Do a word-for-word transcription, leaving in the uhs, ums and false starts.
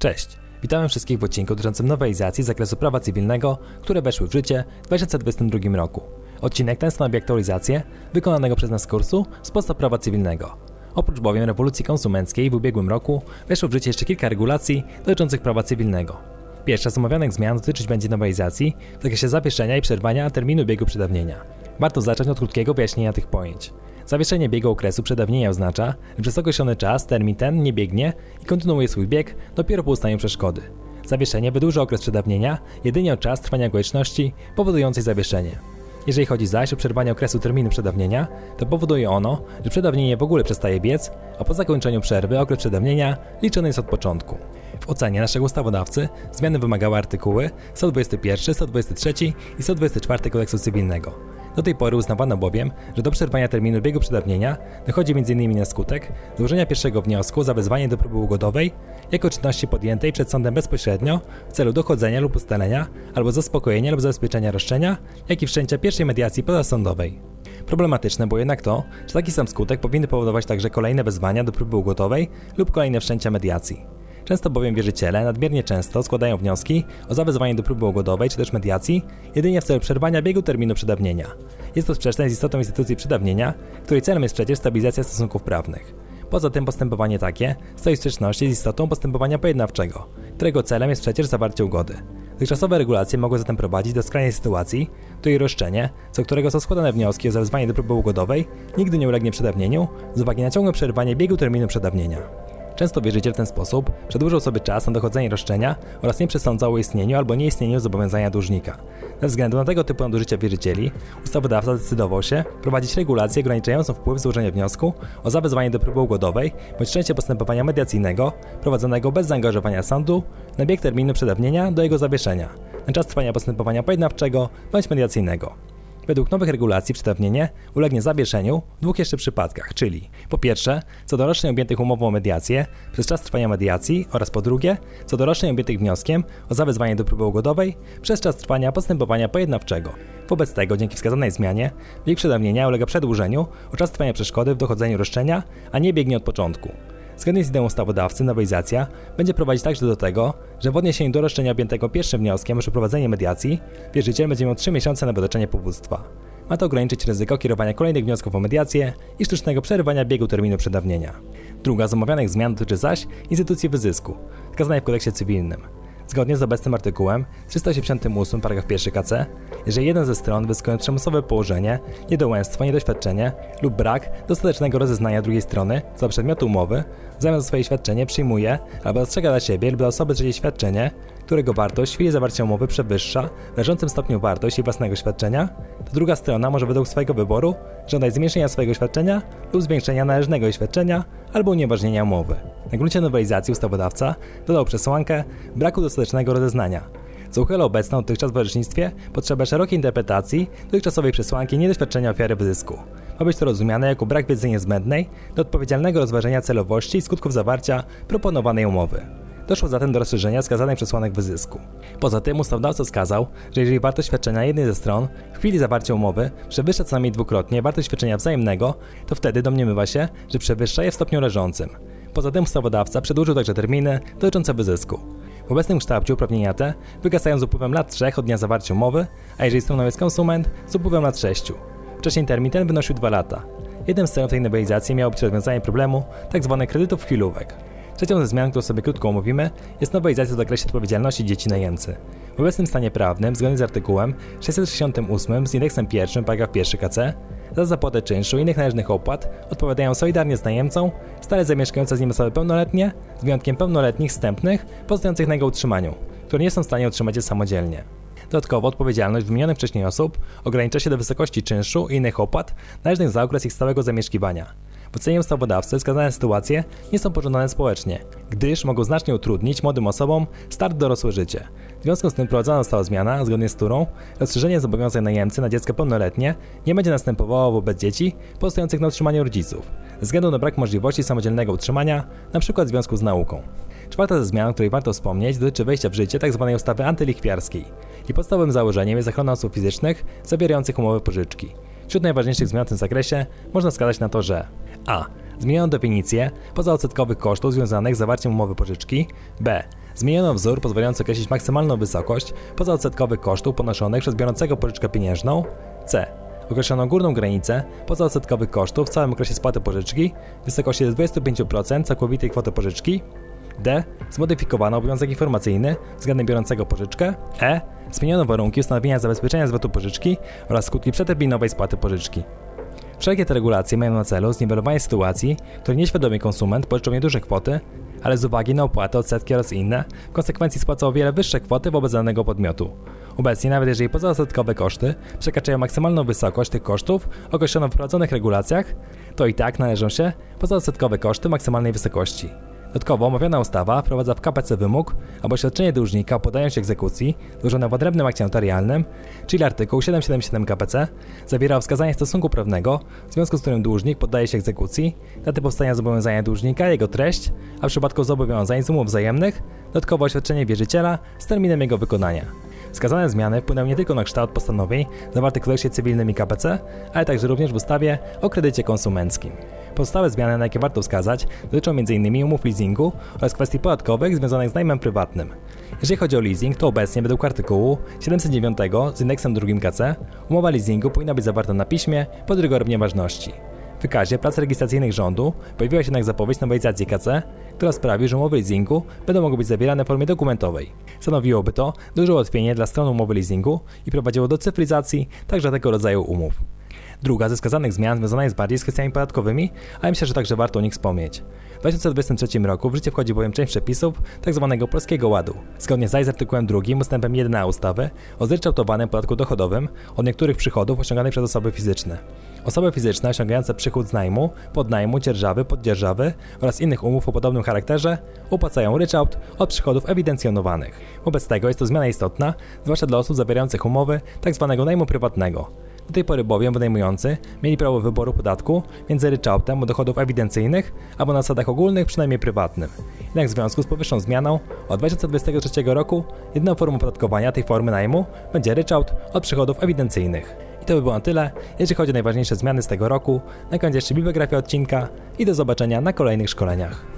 Cześć, witamy wszystkich w odcinku dotyczącym nowelizacji z zakresu prawa cywilnego, które weszły w życie w dwa tysiące dwudziestym drugim roku. Odcinek ten stanowi aktualizację wykonanego przez nas kursu z podstaw prawa cywilnego. Oprócz bowiem rewolucji konsumenckiej w ubiegłym roku weszło w życie jeszcze kilka regulacji dotyczących prawa cywilnego. Pierwsza z omawianych zmian dotyczyć będzie nowelizacji w zakresie zawieszenia i przerwania terminu biegu przedawnienia. Warto zacząć od krótkiego wyjaśnienia tych pojęć. Zawieszenie biegu okresu przedawnienia oznacza, że przez określony czas termin ten nie biegnie i kontynuuje swój bieg dopiero po ustaniu przeszkody. Zawieszenie wydłuża okres przedawnienia jedynie o czas trwania konieczności powodującej zawieszenie. Jeżeli chodzi zaś o przerwanie okresu terminu przedawnienia, to powoduje ono, że przedawnienie w ogóle przestaje biec, a po zakończeniu przerwy okres przedawnienia liczony jest od początku. W ocenie naszego ustawodawcy zmiany wymagały artykuły sto dwudziesty pierwszy, sto dwudziesty trzeci i sto dwudziesty czwarty Kodeksu Cywilnego. Do tej pory uznawano bowiem, że do przerwania terminu biegu przedawnienia dochodzi między innymi na skutek złożenia pierwszego wniosku o zawezwanie do próby ugodowej jako czynności podjętej przed sądem bezpośrednio w celu dochodzenia lub ustalenia albo zaspokojenia lub zabezpieczenia roszczenia, jak i wszczęcia pierwszej mediacji pozasądowej. Problematyczne było jednak to, że taki sam skutek powinny powodować także kolejne wezwania do próby ugodowej lub kolejne wszczęcia mediacji. Często bowiem wierzyciele nadmiernie często składają wnioski o zawezwanie do próby ugodowej czy też mediacji jedynie w celu przerwania biegu terminu przedawnienia. Jest to sprzeczne z istotą instytucji przedawnienia, której celem jest przecież stabilizacja stosunków prawnych. Poza tym postępowanie takie stoi w sprzeczności z istotą postępowania pojednawczego, którego celem jest przecież zawarcie ugody. Dotychczasowe regulacje mogły zatem prowadzić do skrajnej sytuacji, w której roszczenie, co którego są składane wnioski o zawezwanie do próby ugodowej, nigdy nie ulegnie przedawnieniu z uwagi na ciągłe przerwanie biegu terminu przedawnienia. Często wierzyciel w ten sposób przedłużał sobie czas na dochodzenie roszczenia oraz nie przesądzał o istnieniu albo nieistnieniu zobowiązania dłużnika. Ze względu na tego typu nadużycia wierzycieli, ustawodawca zdecydował się prowadzić regulację ograniczającą wpływ złożenia wniosku o zawezwanie do próby ugodowej bądź wszczęcie postępowania mediacyjnego prowadzonego bez zaangażowania sądu na bieg terminu przedawnienia do jego zawieszenia, na czas trwania postępowania pojednawczego bądź mediacyjnego. Według nowych regulacji przedawnienie ulegnie zawieszeniu w dwóch jeszcze przypadkach, czyli po pierwsze, co do roszczeń objętych umową o mediację przez czas trwania mediacji oraz po drugie, co do roszczeń objętych wnioskiem o zawezwanie do próby ugodowej przez czas trwania postępowania pojednawczego. Wobec tego, dzięki wskazanej zmianie, bieg przedawnienia ulega przedłużeniu o czas trwania przeszkody w dochodzeniu roszczenia, a nie biegnie od początku. Zgodnie z ideą ustawodawcy, nowelizacja będzie prowadzić także do tego, że w odniesieniu do roszczenia objętego pierwszym wnioskiem o przeprowadzenie mediacji, wierzyciel będzie miał trzy miesiące na wytoczenie powództwa. Ma to ograniczyć ryzyko kierowania kolejnych wniosków o mediację i sztucznego przerywania biegu terminu przedawnienia. Druga z omawianych zmian dotyczy zaś instytucji wyzysku, wskazanej w kodeksie cywilnym. Zgodnie z obecnym artykułem trzysta osiemdziesiątym ósmym paragraf pierwszy K C, jeżeli jeden ze stron wyskując przymusowe położenie, niedołęstwo, niedoświadczenie lub brak dostatecznego rozeznania drugiej strony co do przedmiotu umowy, w zamian za swoje świadczenie przyjmuje albo zastrzega dla siebie lub dla osoby trzeciej świadczenie, którego wartość w chwili zawarcia umowy przewyższa w leżącym stopniu wartość jej własnego świadczenia, to druga strona może według swojego wyboru żądać zmniejszenia swojego świadczenia lub zwiększenia należnego jej świadczenia albo unieważnienia umowy. Na gruncie nowelizacji ustawodawca dodał przesłankę braku dostatecznego rozeznania, co uchyla obecną dotychczas w orzecznictwie potrzebę szerokiej interpretacji dotychczasowej przesłanki niedoświadczenia ofiary wyzysku. Ma być to rozumiane jako brak wiedzy niezbędnej do odpowiedzialnego rozważenia celowości i skutków zawarcia proponowanej umowy. Doszło zatem do rozszerzenia wskazanych przesłanek wyzysku. Poza tym ustawodawca wskazał, że jeżeli wartość świadczenia jednej ze stron w chwili zawarcia umowy przewyższa co najmniej dwukrotnie wartość świadczenia wzajemnego, to wtedy domniemywa się, że przewyższa je w stopniu leżącym. Poza tym ustawodawca przedłużył także terminy dotyczące wyzysku. W obecnym kształcie uprawnienia te wygasają z upływem lat trzech od dnia zawarcia umowy, a jeżeli stroną jest konsument, z upływem lat sześciu. Wcześniej termin ten wynosił dwa lata. Jednym z celów tej nowelizacji miało być rozwiązanie problemu tzw. kredytów chwilówek. Trzecią ze zmian, którą sobie krótko omówimy, jest nowelizacja w zakresie odpowiedzialności dzieci najemcy. W obecnym stanie prawnym, zgodnie z artykułem sześćset sześćdziesiątym ósmym z indeksem pierwszym paragraf pierwszy K C, za zapłatę czynszu i innych należnych opłat odpowiadają solidarnie z najemcą stale zamieszkające z nim osoby pełnoletnie, z wyjątkiem pełnoletnich wstępnych pozostających na jego utrzymaniu, które nie są w stanie utrzymać je samodzielnie. Dodatkowo odpowiedzialność wymienionych wcześniej osób ogranicza się do wysokości czynszu i innych opłat należnych za okres ich stałego zamieszkiwania. W ocenie ustawodawcy wskazane sytuacje nie są pożądane społecznie, gdyż mogą znacznie utrudnić młodym osobom start w dorosłe życie. W związku z tym wprowadzona została zmiana, zgodnie z którą rozszerzenie zobowiązań najemcy na dziecko pełnoletnie nie będzie następowało wobec dzieci pozostających na utrzymaniu rodziców, ze względu na brak możliwości samodzielnego utrzymania, np. w związku z nauką. Czwarta ze zmian, o której warto wspomnieć, dotyczy wejścia w życie tzw. ustawy antylichwiarskiej. Jej podstawowym założeniem jest ochrona osób fizycznych zawierających umowy pożyczki. Wśród najważniejszych zmian w tym zakresie można wskazać na to, że a. Zmieniono definicję pozaodsetkowych kosztów związanych z zawarciem umowy pożyczki. B. Zmieniono wzór pozwalający określić maksymalną wysokość pozaodsetkowych kosztów ponoszonych przez biorącego pożyczkę pieniężną. C. Określono górną granicę pozaodsetkowych kosztów w całym okresie spłaty pożyczki w wysokości dwadzieścia pięć procent całkowitej kwoty pożyczki. D. Zmodyfikowano obowiązek informacyjny względem biorącego pożyczkę. E. Zmieniono warunki ustanowienia zabezpieczenia zwrotu pożyczki oraz skutki przeterminowej spłaty pożyczki. Wszelkie te regulacje mają na celu zniwelowanie sytuacji, w której nieświadomie konsument pożyczył nieduże kwoty, ale z uwagi na opłaty, odsetki oraz inne, w konsekwencji spłacał o wiele wyższe kwoty wobec danego podmiotu. Obecnie, nawet jeżeli pozaodsetkowe koszty przekraczają maksymalną wysokość tych kosztów określoną w wprowadzonych regulacjach, to i tak należą się pozaodsetkowe koszty maksymalnej wysokości. Dodatkowo omawiana ustawa wprowadza w K P C wymóg, aby oświadczenie dłużnika o poddaniu się egzekucji złożone w odrębnym akcie notarialnym, czyli artykuł siedemset siedemdziesiąt siedem K P C, zawiera wskazanie stosunku prawnego, w związku z którym dłużnik poddaje się egzekucji, daty powstania zobowiązania dłużnika, jego treść, a w przypadku zobowiązań z umów wzajemnych, dodatkowo oświadczenie wierzyciela z terminem jego wykonania. Wskazane zmiany wpłynęły nie tylko na kształt postanowień zawartych w kodeksie cywilnym i K P C, ale także również w ustawie o kredycie konsumenckim. Pozostałe zmiany, na jakie warto wskazać, dotyczą m in umów leasingu oraz kwestii podatkowych związanych z najmem prywatnym. Jeżeli chodzi o leasing, to obecnie według artykułu siedemset dziewięć z indeksem drugim K C umowa leasingu powinna być zawarta na piśmie pod rygorem nieważności. W wykazie prac legislacyjnych rządu pojawiła się jednak zapowiedź nowelizacji K C, która sprawi, że umowy leasingu będą mogły być zawierane w formie dokumentowej. Stanowiłoby to duże ułatwienie dla stron umowy leasingu i prowadziło do cyfryzacji także tego rodzaju umów. Druga ze wskazanych zmian związana jest bardziej z kwestiami podatkowymi, ale myślę, że także warto o nich wspomnieć. W dwa tysiące dwudziestym trzecim roku w życie wchodzi bowiem część przepisów tzw. Polskiego Ładu. Zgodnie zaś z artykułem drugim ustępem jeden a ustawy o zryczałtowanym podatku dochodowym od niektórych przychodów osiąganych przez osoby fizyczne. Osoby fizyczne osiągające przychód z najmu, podnajmu, dzierżawy, poddzierżawy oraz innych umów o podobnym charakterze opłacają ryczałt od przychodów ewidencjonowanych. Wobec tego jest to zmiana istotna, zwłaszcza dla osób zawierających umowy tzw. najmu prywatnego. Do tej pory bowiem wynajmujący mieli prawo wyboru podatku między ryczałtem od dochodów ewidencyjnych albo na zasadach ogólnych, przynajmniej prywatnym. Jednak w związku z powyższą zmianą od dwa tysiące dwudziestego trzeciego roku jedyną formą opodatkowania tej formy najmu będzie ryczałt od przychodów ewidencyjnych. I to by było na tyle, jeżeli chodzi o najważniejsze zmiany z tego roku. Na koniec jeszcze bibliografia odcinka i do zobaczenia na kolejnych szkoleniach.